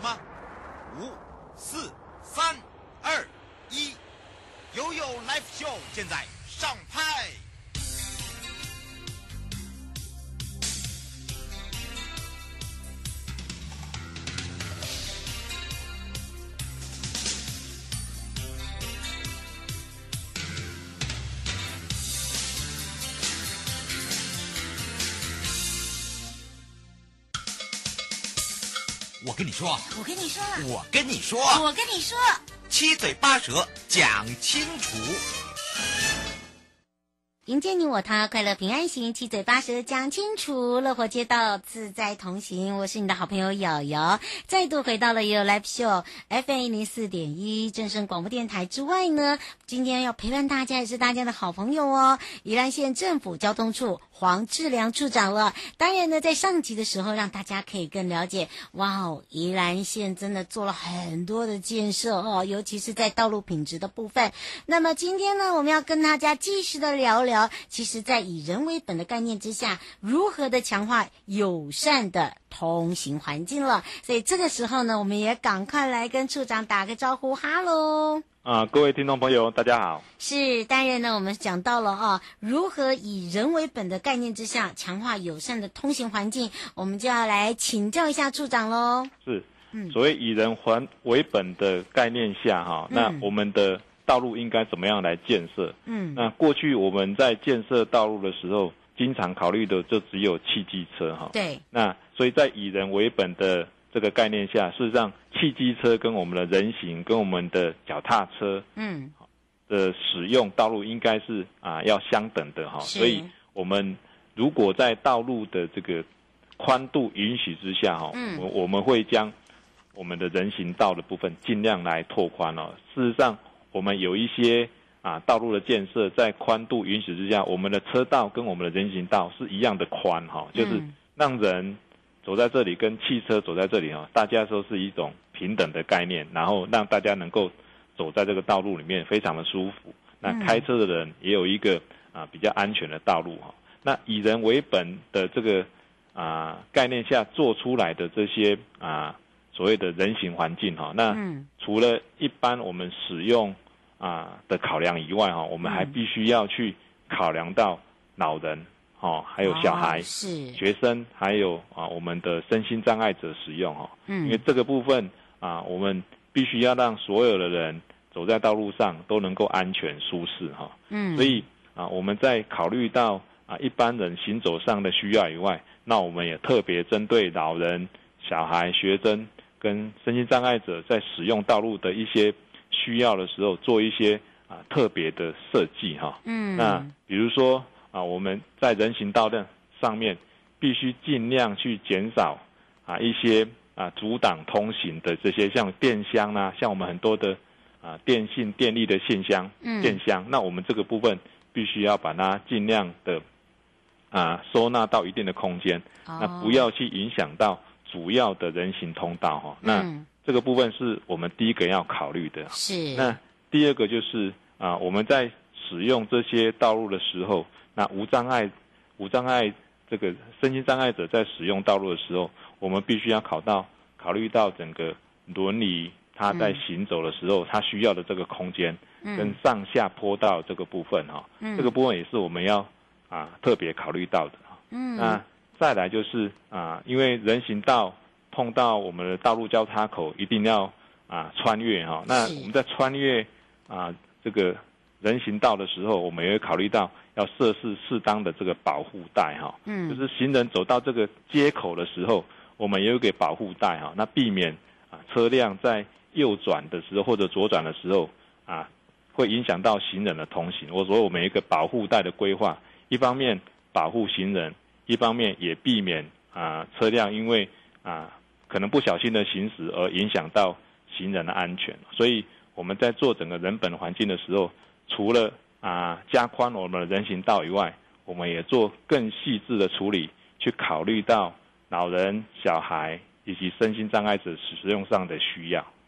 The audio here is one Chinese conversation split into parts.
吗？5、4、3、2、1，悠悠 Live Show 现在上拍。我跟你说， 我跟你说， 我跟你说， 我跟你说， 七嘴八舌讲清楚。 迎接你我他，快乐平安行，七嘴八舌讲清楚，乐活街道自在同行。我是你的好朋友瑶瑶，再度回到了也有 Live Show FM104.1正声广播电台之外呢，今天要陪伴大家也是大家的好朋友哦，宜兰县政府交通处黄志良处长了。当然呢，在上集的时候让大家可以更了解，哇哦，宜兰县真的做了很多的建设哦，尤其是在道路品质的部分。那么今天呢，我们要跟大家继续的聊聊，其实在以人为本的概念之下，如何的强化友善的通行环境了。所以这个时候呢，我们也赶快来跟处长打个招呼，哈喽。 各位听众朋友大家好。 是，当然呢，我们讲到了如何以人为本的概念之下强化友善的通行环境，我们就要来请教一下处长咯。 是，所谓以人为本的概念下那我们的道路应该怎么样来建设？那过去我们在建设道路的时候，经常考虑的就只有汽机车对。 那所以在以人为本的这个概念下，事实上汽机车跟我们的人行跟我们的脚踏车的使用道路应该是要相等的所以我们如果在道路的这个宽度允许之下我们会将我们的人行道的部分尽量来拓宽事实上我们有一些道路的建设在宽度允许之下，我们的车道跟我们的人行道是一样的宽就是让人走在这里跟汽车走在这里大家都是一种平等的概念，然后让大家能够走在这个道路里面非常的舒服。那开车的人也有一个比较安全的道路那以人为本的这个概念下做出来的这些所谓的人行环境那除了一般我们使用的考量以外我们还必须要去考量到老人还有小孩、学生，还有我们的身心障碍者使用因为这个部分我们必须要让所有的人走在道路上都能够安全舒适所以我们在考虑到一般人行走上的需要以外，那我们也特别针对老人、小孩、学生跟身心障碍者在使用道路的一些需要的时候，做一些特别的设计那比如说我们在人行道的上面必须尽量去减少一些阻挡通行的这些像电箱像我们很多的电信电力的电箱那我们这个部分必须要把它尽量的收纳到一定的空间那不要去影响到主要的人行通道那这个部分是我们第一个要考虑的。 是。 那第二个就是我们在使用这些道路的时候，那无障碍这个身心障碍者在使用道路的时候，我们必须要考虑到整个轮椅他在行走的时候他需要的这个空间跟上下坡道这个部分这个部分也是我们要特别考虑到的那再来就是因为人行道碰到我们的道路交叉口一定要穿越那我们在穿越这个人行道的时候，我们也会考虑到要设置适当的这个保护带就是行人走到这个街口的时候，我们也有一个保护带那避免车辆在右转的时候或者左转的时候会影响到行人的通行。所以我们有一个保护带的规划，一方面保护行人，一方面也避免车辆因为可能不小心的行驶而影响到行人的安全。所以我们在做整个人本环境的时候，除了加宽我们的人行道以外，我们也做更细致的处理，去考虑到老人、小孩以及身心障碍者使用上的需要。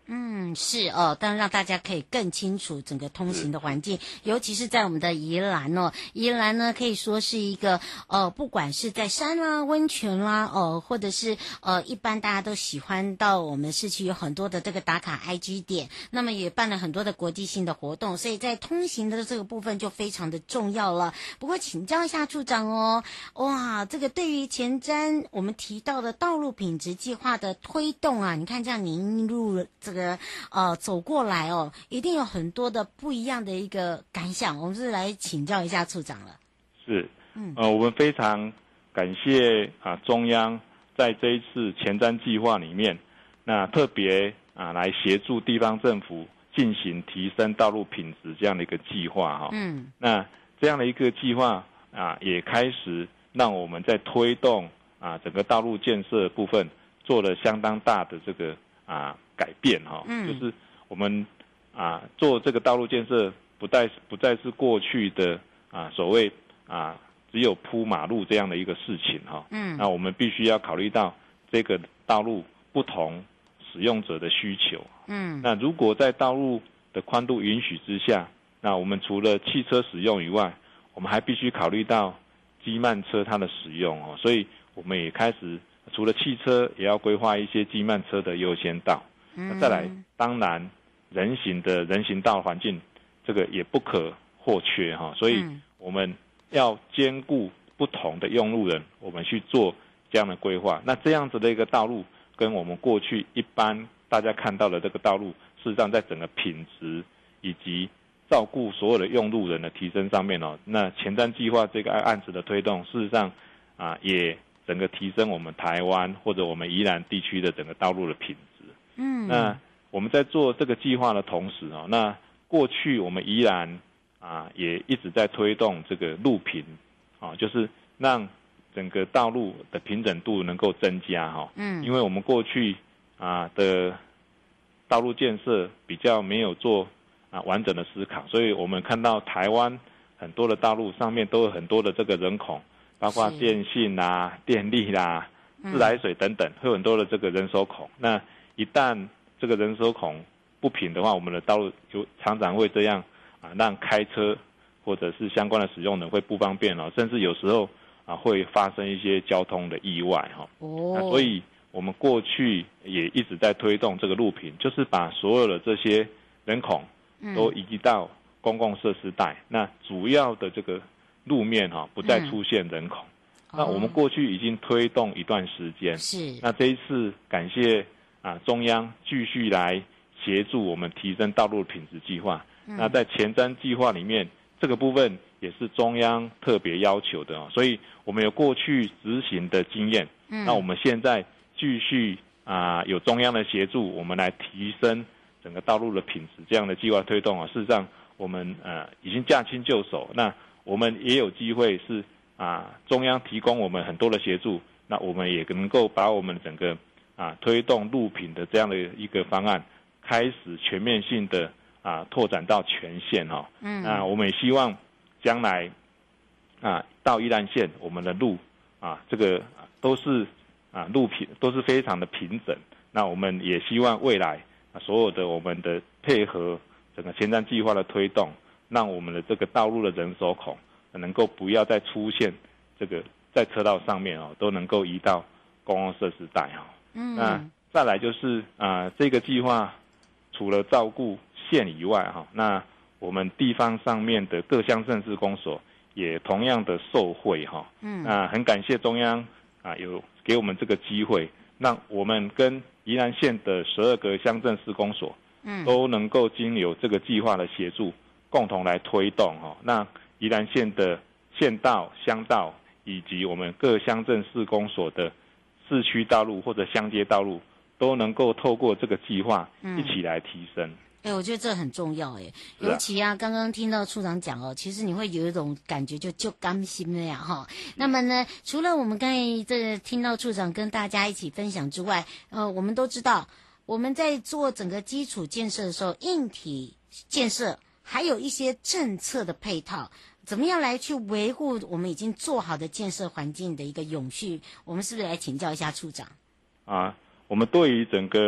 是哦，当然让大家可以更清楚整个通行的环境，尤其是在我们的宜兰哦，宜兰呢可以说是一个不管是在山啦、温泉啦，或者是一般大家都喜欢到我们市区有很多的这个打卡 IG 点，那么也办了很多的国际性的活动，所以在通行的这个部分就非常的重要了。不过请教一下处长哦，哇，这个对于前瞻我们提到的道路品质计划的推动啊，你看这样您入这个走过来哦，一定有很多的不一样的一个感想，我们是来请教一下处长了。 是，我们非常感谢中央在这一次前瞻计划里面，那特别来协助地方政府进行提升道路品质这样的一个计划哈。那这样的一个计划也开始让我们在推动整个道路建设部分做了相当大的这个改变哈。就是我们做这个道路建设不再是过去的所谓只有铺马路这样的一个事情哈。那我们必须要考虑到这个道路不同使用者的需求。那如果在道路的宽度允许之下，那我们除了汽车使用以外，我们还必须考虑到机慢车它的使用哦。所以我们也开始除了汽车，也要规划一些机慢车的优先道。那再来，当然人行道环境这个也不可或缺哈。所以我们要兼顾不同的用路人，我们去做这样的规划。那这样子的一个道路，跟我们过去一般大家看到的这个道路，事实上在整个品质以及照顾所有的用路人的提升上面那前瞻计划这个案子的推动，事实上也整个提升我们台湾或者我们宜兰地区的整个道路的品质。那我们在做这个计划的同时那过去我们宜兰也一直在推动这个路平就是让整个道路的平整度能够增加因为我们过去的道路建设比较没有做完整的思考，所以我们看到台湾很多的道路上面都有很多的这个人孔，包括电信啦、电力啦、自来水等等，会有很多的这个人手孔。那一旦这个人手孔不平的话，我们的道路就常常会这样让开车或者是相关的使用人会不方便甚至有时候会发生一些交通的意外那所以我们过去也一直在推动这个路平，就是把所有的这些人孔都移到公共设施带，那主要的这个路面不再出现人孔。那我们过去已经推动一段时间，是那这一次感谢中央继续来协助我们提升道路的品质计划。那在前瞻计划里面，这个部分也是中央特别要求的所以我们有过去执行的经验。那我们现在继续有中央的协助，我们来提升整个道路的品质这样的计划推动事实上我们已经驾轻就熟。那我们也有机会是中央提供我们很多的协助，那我们也能够把我们整个推动路品的这样的一个方案开始全面性的拓展到全县那我们也希望将来到宜兰县我们的路这个都是路品都是非常的平整。那我们也希望未来所有的我们的配合整个前瞻计划的推动，让我们的这个道路的人手孔能够不要再出现这个在车道上面都能够移到公共设施带那再来就是这个计划除了照顾县以外那我们地方上面的各乡镇市公所也同样的受惠那很感谢中央有给我们这个机会，让我们跟宜兰县的12个乡镇市公所都能够经由这个计划的协助，共同来推动那宜兰县的县道、乡道以及我们各乡镇市公所的市区道路或者乡街道路，都能够透过这个计划一起来提升。 我觉得这很重要尤其刚刚听到处长讲其实你会有一种感觉就甘心了呀那么呢，除了我们刚才这听到处长跟大家一起分享之外，我们都知道我们在做整个基础建设的时候，硬体建设还有一些政策的配套，怎么样来去维护我们已经做好的建设环境的一个永续？我们是不是来请教一下处长？ 我们对于整个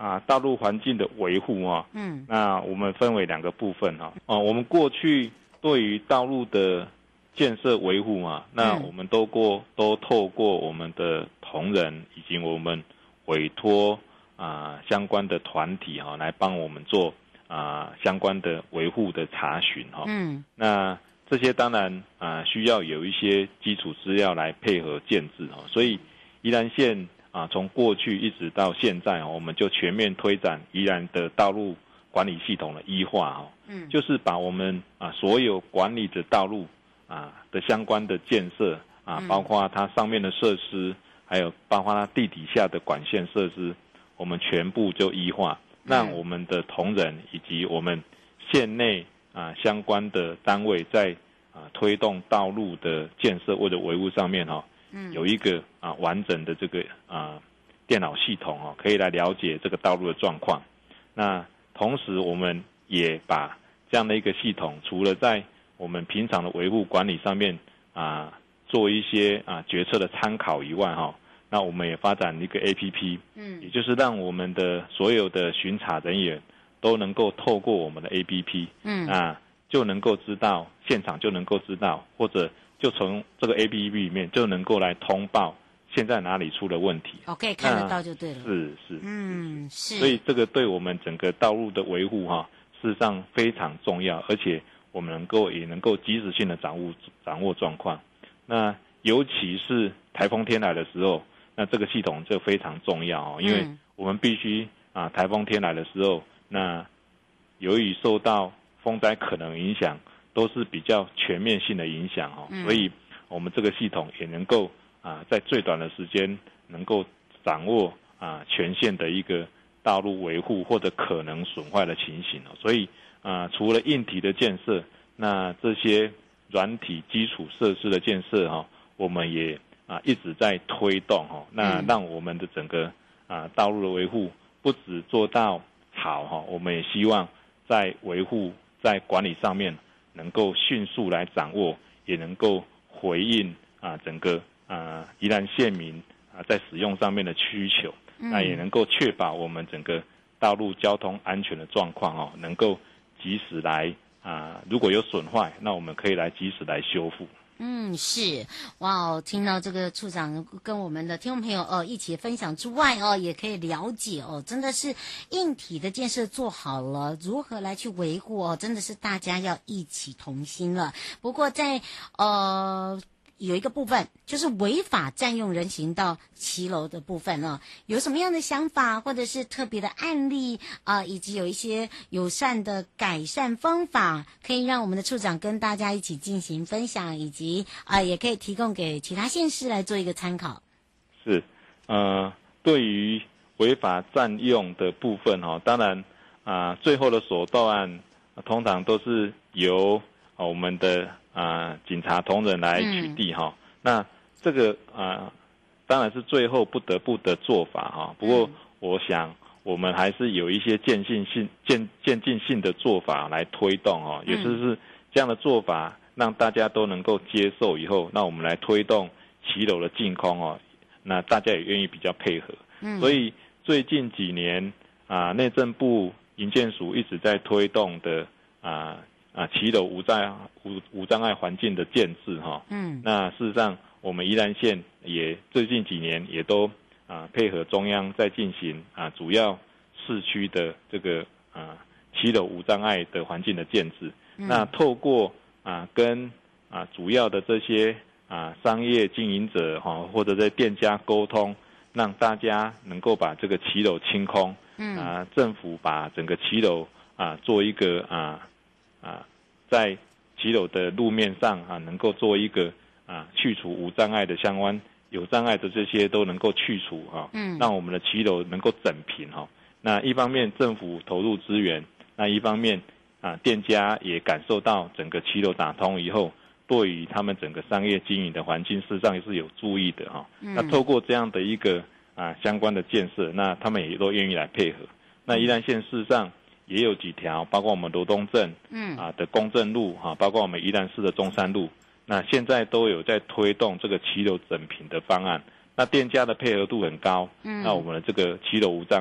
道路环境的维护那我们分为2个部分我们过去对于道路的建设维护那我们都透过我们的同仁以及我们委托相关的团体来帮我们做相关的维护的查询那这些当然需要有一些基础资料来配合建制所以宜兰县从过去一直到现在我们就全面推展宜兰的道路管理系统的一化就是把我们所有管理的道路的相关的建设包括它上面的设施，还有包括它地底下的管线设施，我们全部就一化，让我们的同仁以及我们县内相关的单位在推动道路的建设或者维护上面有一个完整的这个电脑系统可以来了解这个道路的状况。那同时我们也把这样的一个系统，除了在我们平常的维护管理上面做一些决策的参考以外那我们也发展一个 APP，也就是让我们的所有的巡查人员都能够透过我们的 APP，就能够知道现场，就能够知道，或者就从这个 APP 里面就能够来通报现在哪里出了问题。 可以看得到就对了。 是， 是。 所以这个对我们整个道路的维护事实上非常重要，而且我们也能够及时性的掌握状况。那尤其是台风天来的时候，那这个系统就非常重要因为我们必须台风天来的时候，那由于受到风灾可能影响，都是比较全面性的影响所以我们这个系统也能够在最短的时间能够掌握全县的一个道路维护或者可能损坏的情形所以除了硬体的建设，那这些软体基础设施的建设我们也一直在推动那让我们的整个道路的维护不只做到好我们也希望在维护在管理上面能够迅速来掌握，也能够回应整个宜兰县民在使用上面的需求，那也能够确保我们整个道路交通安全的状况能够及时来如果有损坏，那我们可以来及时来修复。 是哇听到这个处长跟我们的听众朋友一起分享之外也可以了解真的是硬体的建设做好了，如何来去维护真的是大家要一起同心了。不过在有一个部分就是违法占用人行道骑楼的部分有什么样的想法或者是特别的案例以及有一些友善的改善方法，可以让我们的处长跟大家一起进行分享，以及也可以提供给其他县市来做一个参考。 是对于违法占用的部分当然最后的手段通常都是由我们的警察同仁来取缔那这个当然是最后不得不的做法不过我想我们还是有一些渐进性的做法来推动也就是这样的做法让大家都能够接受以后，那我们来推动骑楼的净空那大家也愿意比较配合所以最近几年内政部营建署一直在推动的骑楼无障碍环境的建制那事实上我们宜兰县也最近几年也都配合中央在进行主要市区的这个骑楼无障碍的环境的建制那透过跟主要的这些商业经营者或者在店家沟通，让大家能够把这个骑楼清空政府把整个骑楼做一个在骑楼的路面上能够做一个去除无障碍的相关有障碍的这些都能够去除让我们的骑楼能够整平那一方面政府投入资源，那一方面店家也感受到整个骑楼打通以后，对于他们整个商业经营的环境事实上是有注意的那透过这样的一个相关的建设，那他们也都愿意来配合。那宜兰县事实上也有几条，包括我们罗东镇的公正路包括我们宜兰市的中山路，那现在都有在推动这个骑楼整平的方案。那店家的配合度很高那我们的这个骑楼无障碍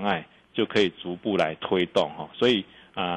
就可以逐步来推动哈。所以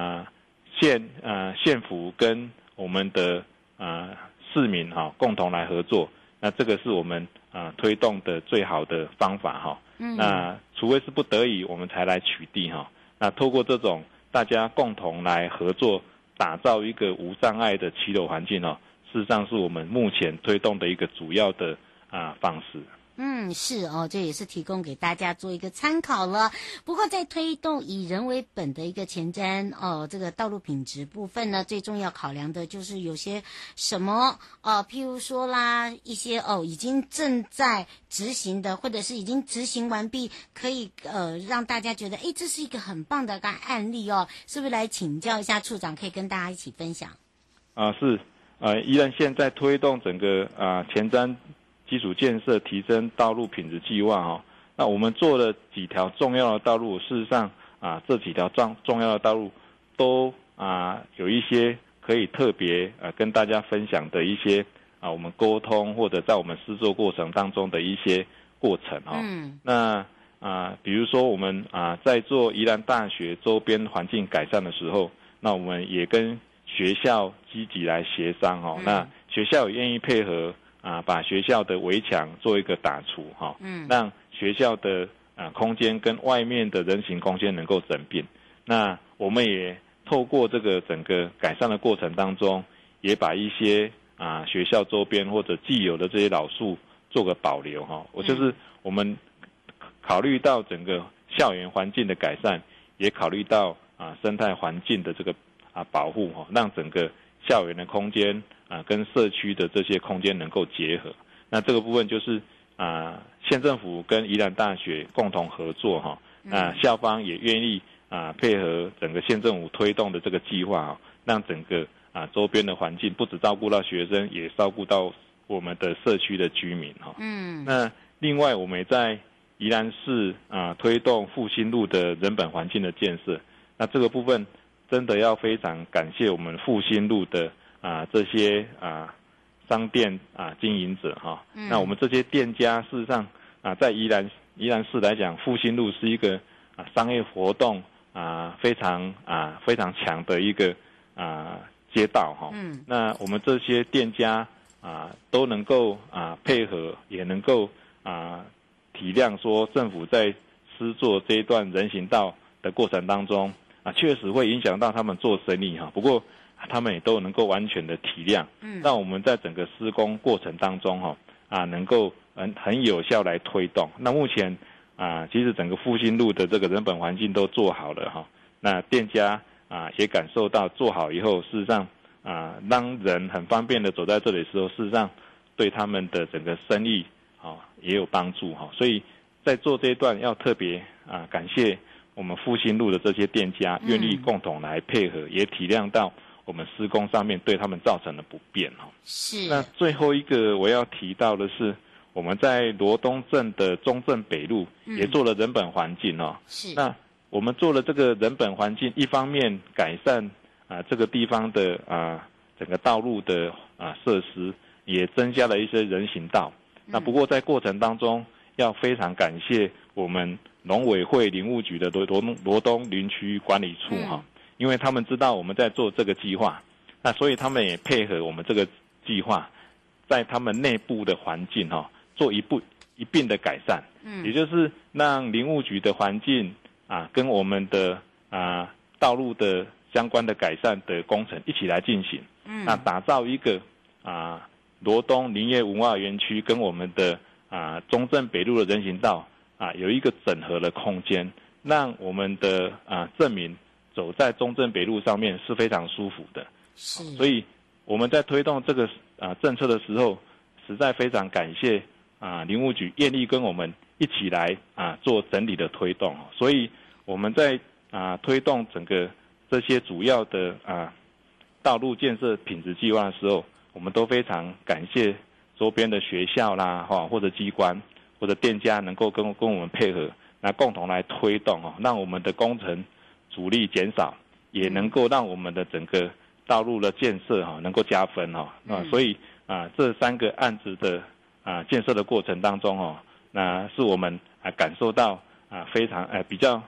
县府跟我们的市民共同来合作，那这个是我们推动的最好的方法哈。那除非是不得已，我们才来取缔哈。那透过这种大家共同来合作，打造一个无障碍的骑楼环境事实上是我们目前推动的一个主要的方式。 是哦，这也是提供给大家做一个参考了。不过在推动以人为本的一个前瞻这个道路品质部分呢，最重要考量的就是有些什么譬如说啦，一些已经正在执行的，或者是已经执行完毕，可以让大家觉得这是一个很棒的个案例是不是来请教一下处长，可以跟大家一起分享？ 是宜兰县在推动整个前瞻基础建设提升道路品质计划那我们做了几条重要的道路，事实上这几条重要的道路都有一些可以特别跟大家分享的一些我们沟通或者在我们施作过程当中的一些过程那比如说我们在做宜兰大学周边环境改善的时候，那我们也跟学校积极来协商那学校也愿意配合把学校的围墙做一个打除让学校的空间跟外面的人行空间能够整并。那我们也透过这个整个改善的过程当中，也把一些学校周边或者既有的这些老树做个保留就是我们考虑到整个校园环境的改善，也考虑到生态环境的这个保护让整个校园的空间跟社区的这些空间能够结合。那这个部分就是县政府跟宜兰大学共同合作那校方也愿意配合整个县政府推动的这个计划让整个周边的环境不只照顾到学生，也照顾到我们的社区的居民那另外我们也在宜兰市推动复兴路的人本环境的建设。那这个部分真的要非常感谢我们复兴路的这些商店经营者那我们这些店家事实上在宜兰市来讲，复兴路是一个商业活动非常强的一个街道那我们这些店家都能够配合，也能够体谅说政府在施作这一段人行道的过程当中确实会影响到他们做生意不过他们也都能够完全的体谅让我们在整个施工过程当中能够很有效来推动。那目前其实整个复兴路的这个人本环境都做好了那店家也感受到做好以后，事实上让人很方便的走在这里的时候，事实上对他们的整个生意也有帮助所以在做这一段要特别感谢我们复兴路的这些店家愿意共同来配合，也体谅到我们施工上面对他们造成的不便是。 那最后一个我要提到的是，我们在罗东镇的中正北路也做了人本环境是。 那我们做了这个人本环境，一方面改善这个地方的整个道路的设施，也增加了一些人行道那不过在过程当中要非常感谢我们农委会林务局的罗东林区管理处因为他们知道我们在做这个计划，那所以他们也配合我们这个计划，在他们内部的环境做一并的改善也就是让林务局的环境跟我们的道路的相关的改善的工程一起来进行那打造一个罗东林业文化园区跟我们的中正北路的人行道有一个整合的空间，让我们的镇民走在中正北路上面是非常舒服的。 是。 所以我们在推动这个政策的时候，实在非常感谢林务局愿意跟我们一起来做整体的推动。所以我们在推动整个这些主要的道路建设品质计划的时候，我们都非常感谢周边的学校啦或者机关或者店家能够跟我们配合，那共同来推动让我们的工程阻力减少，也能够让我们的整个道路的建设能够加分所以这3个案子的建设的过程当中那是我们感受到非常比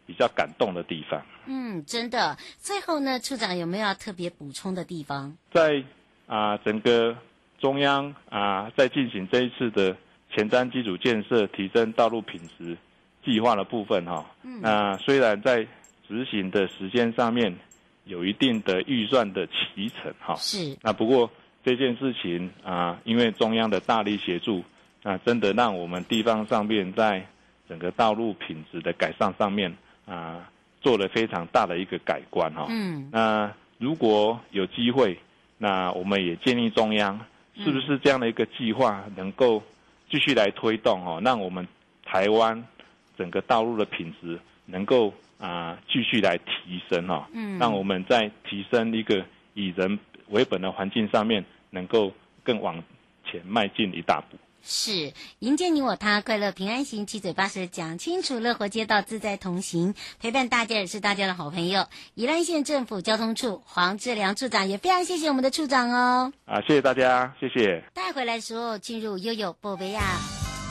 比较感动的地方。 真的。最后呢，处长有没有要特别补充的地方？ 在整个中央在进行这一次的前瞻基础建设提升道路品质计划的部分那虽然在执行的时间上面有一定的预算的期程是。 那不过这件事情因为中央的大力协助，那真的让我们地方上面在整个道路品质的改善上面做了非常大的一个改观那如果有机会，那我们也建议中央是不是这样的一个计划能够继续来推动让我们台湾整个道路的品质能够继续来提升让我们在提升一个以人为本的环境上面能够更往前迈进一大步。 是，迎接你我他，快乐平安行，七嘴八舌讲清楚，乐活街道自在同行，陪伴大家也是大家的好朋友。宜兰县政府交通处黄志良处长，也非常谢谢我们的处长哦。 谢谢大家，谢谢。 带回来的时候进入悠悠宝贝呀。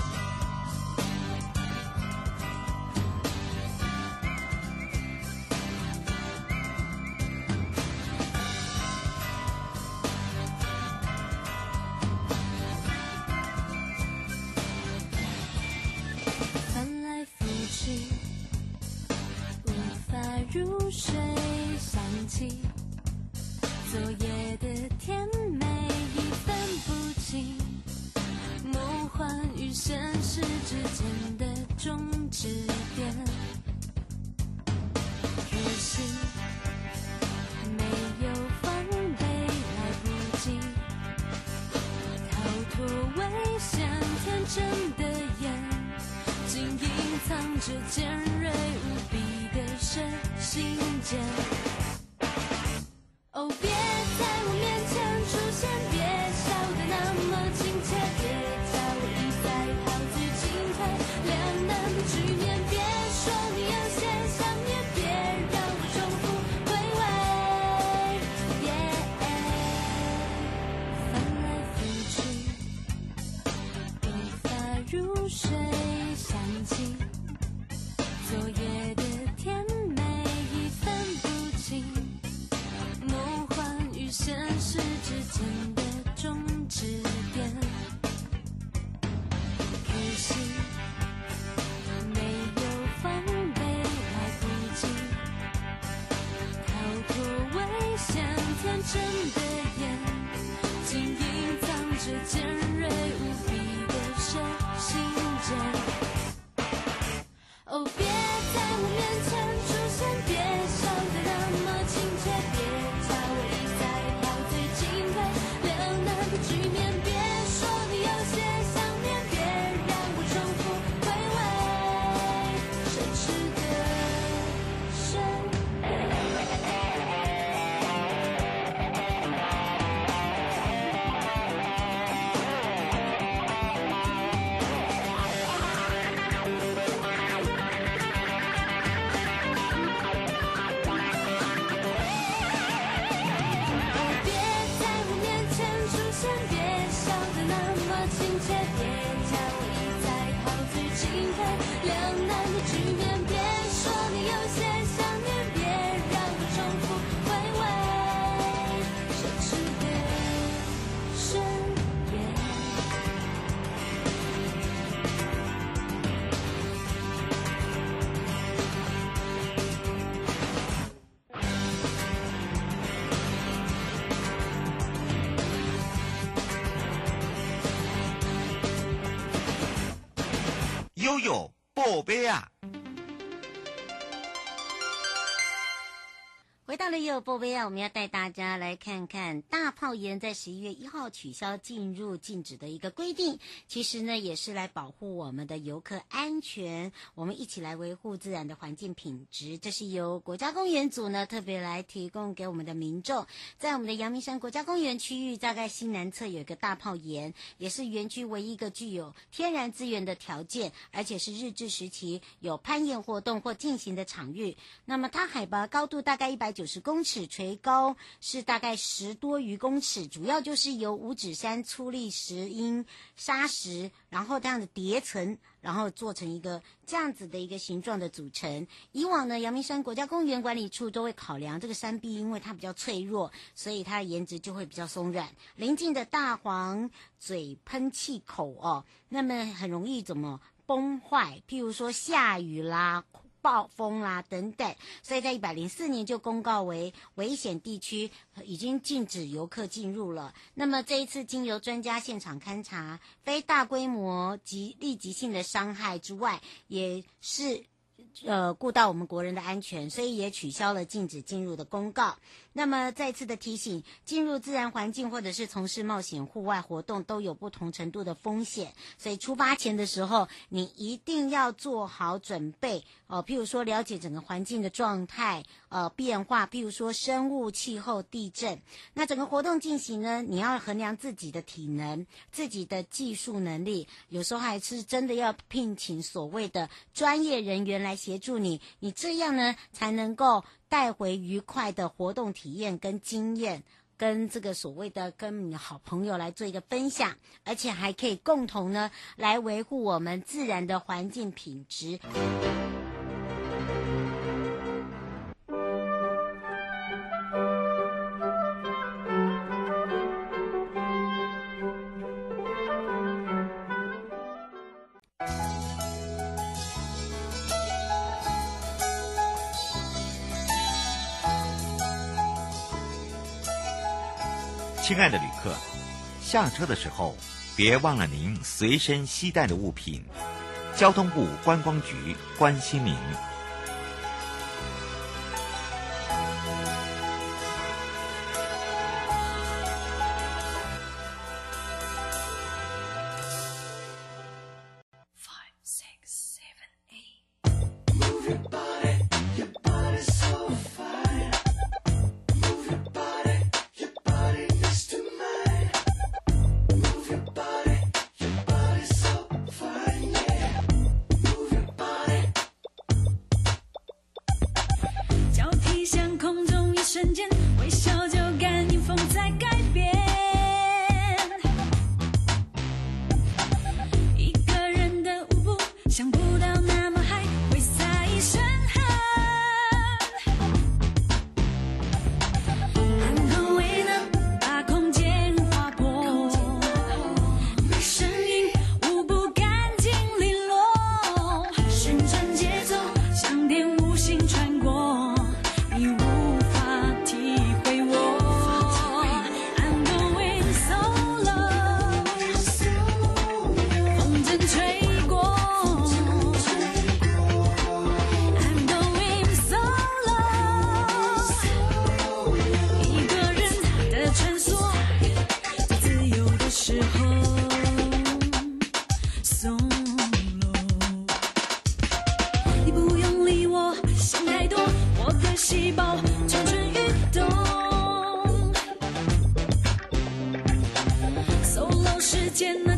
入睡，想起昨夜的甜美已分不清，梦幻与现实之间的终止点，可惜没有防备，来不及逃脱危险，天真的眼竟隐藏着尖锐无比的深心间。哦，别在我面前出现，别笑得那么亲切，别叫我一再好自进退，两难的局面，别说你有些想念，别让我重复回味。翻来覆去，无法入睡，想起昨夜的甜美已分不清，梦幻与现实之间的终止点，可惜没有防备，来不及逃脱危险，天真的眼竟隐藏着尖锐无比的深心间。哦，别在我面前出现，别笑得那么亲切，别叫我一再好自进退，两难的局面，别说你有些想念，别让我重复回味，奢侈的深夜。别在我面前出现，别笑得那么亲切，别叫我一再好自进退，两难的局面，别说你有些想念，别让我重复回味，奢侈的深夜。 悠悠宝贝啊！ 回到了有波贝啊，我们要带大家来看看大炮岩在11月1号取消进入禁止的一个规定。其实呢，也是来保护我们的游客安全，我们一起来维护自然的环境品质。这是由国家公园组呢特别来提供给我们的民众。在我们的阳明山国家公园区域，大概西南侧有一个大炮岩，也是园区唯一一个具有天然资源的条件，而且是日治时期有攀岩活动或进行的场域。那么它海拔高度大概190 190公尺，垂高是大概10多余公尺，主要就是由五指山粗砾石英砂石，然后这样的叠层，然后做成一个这样子的一个形状的组成。以往呢，阳明山国家公园管理处都会考量这个山壁，因为它比较脆弱，所以它的颜值就会比较松软。邻近的大黄嘴喷气口哦，那么很容易怎么崩坏，譬如说下雨啦、暴风啦等等，所以在104年就公告为危险地区，已经禁止游客进入了。那么这一次经由专家现场勘查，非大规模及立即性的伤害之外，也是顾到我们国人的安全，所以也取消了禁止进入的公告。那么再次的提醒，进入自然环境或者是从事冒险户外活动都有不同程度的风险，所以出发前的时候你一定要做好准备譬如说了解整个环境的状态变化，譬如说生物、气候、地震。那整个活动进行呢，你要衡量自己的体能、自己的技术能力，有时候还是真的要聘请所谓的专业人员来协助你，你这样呢才能够带回愉快的活动体验跟经验，跟这个所谓的跟你的好朋友来做一个分享，而且还可以共同呢来维护我们自然的环境品质。 亲爱的旅客，下车的时候别忘了您随身携带的物品。交通部观光局关心您。 瞬间，微笑就感应风在改变。一个人的舞步，想不到那么还会洒一身汗。安和未能把空间划破，声音舞步干净利落，旋转节奏像电无形穿过。你无法体会我 I'm going solo 风筝吹过 I'm going solo 一个人的穿梭在自由的时候 solo 你不用理我想太多我的细胞蠢蠢欲动 solo 时间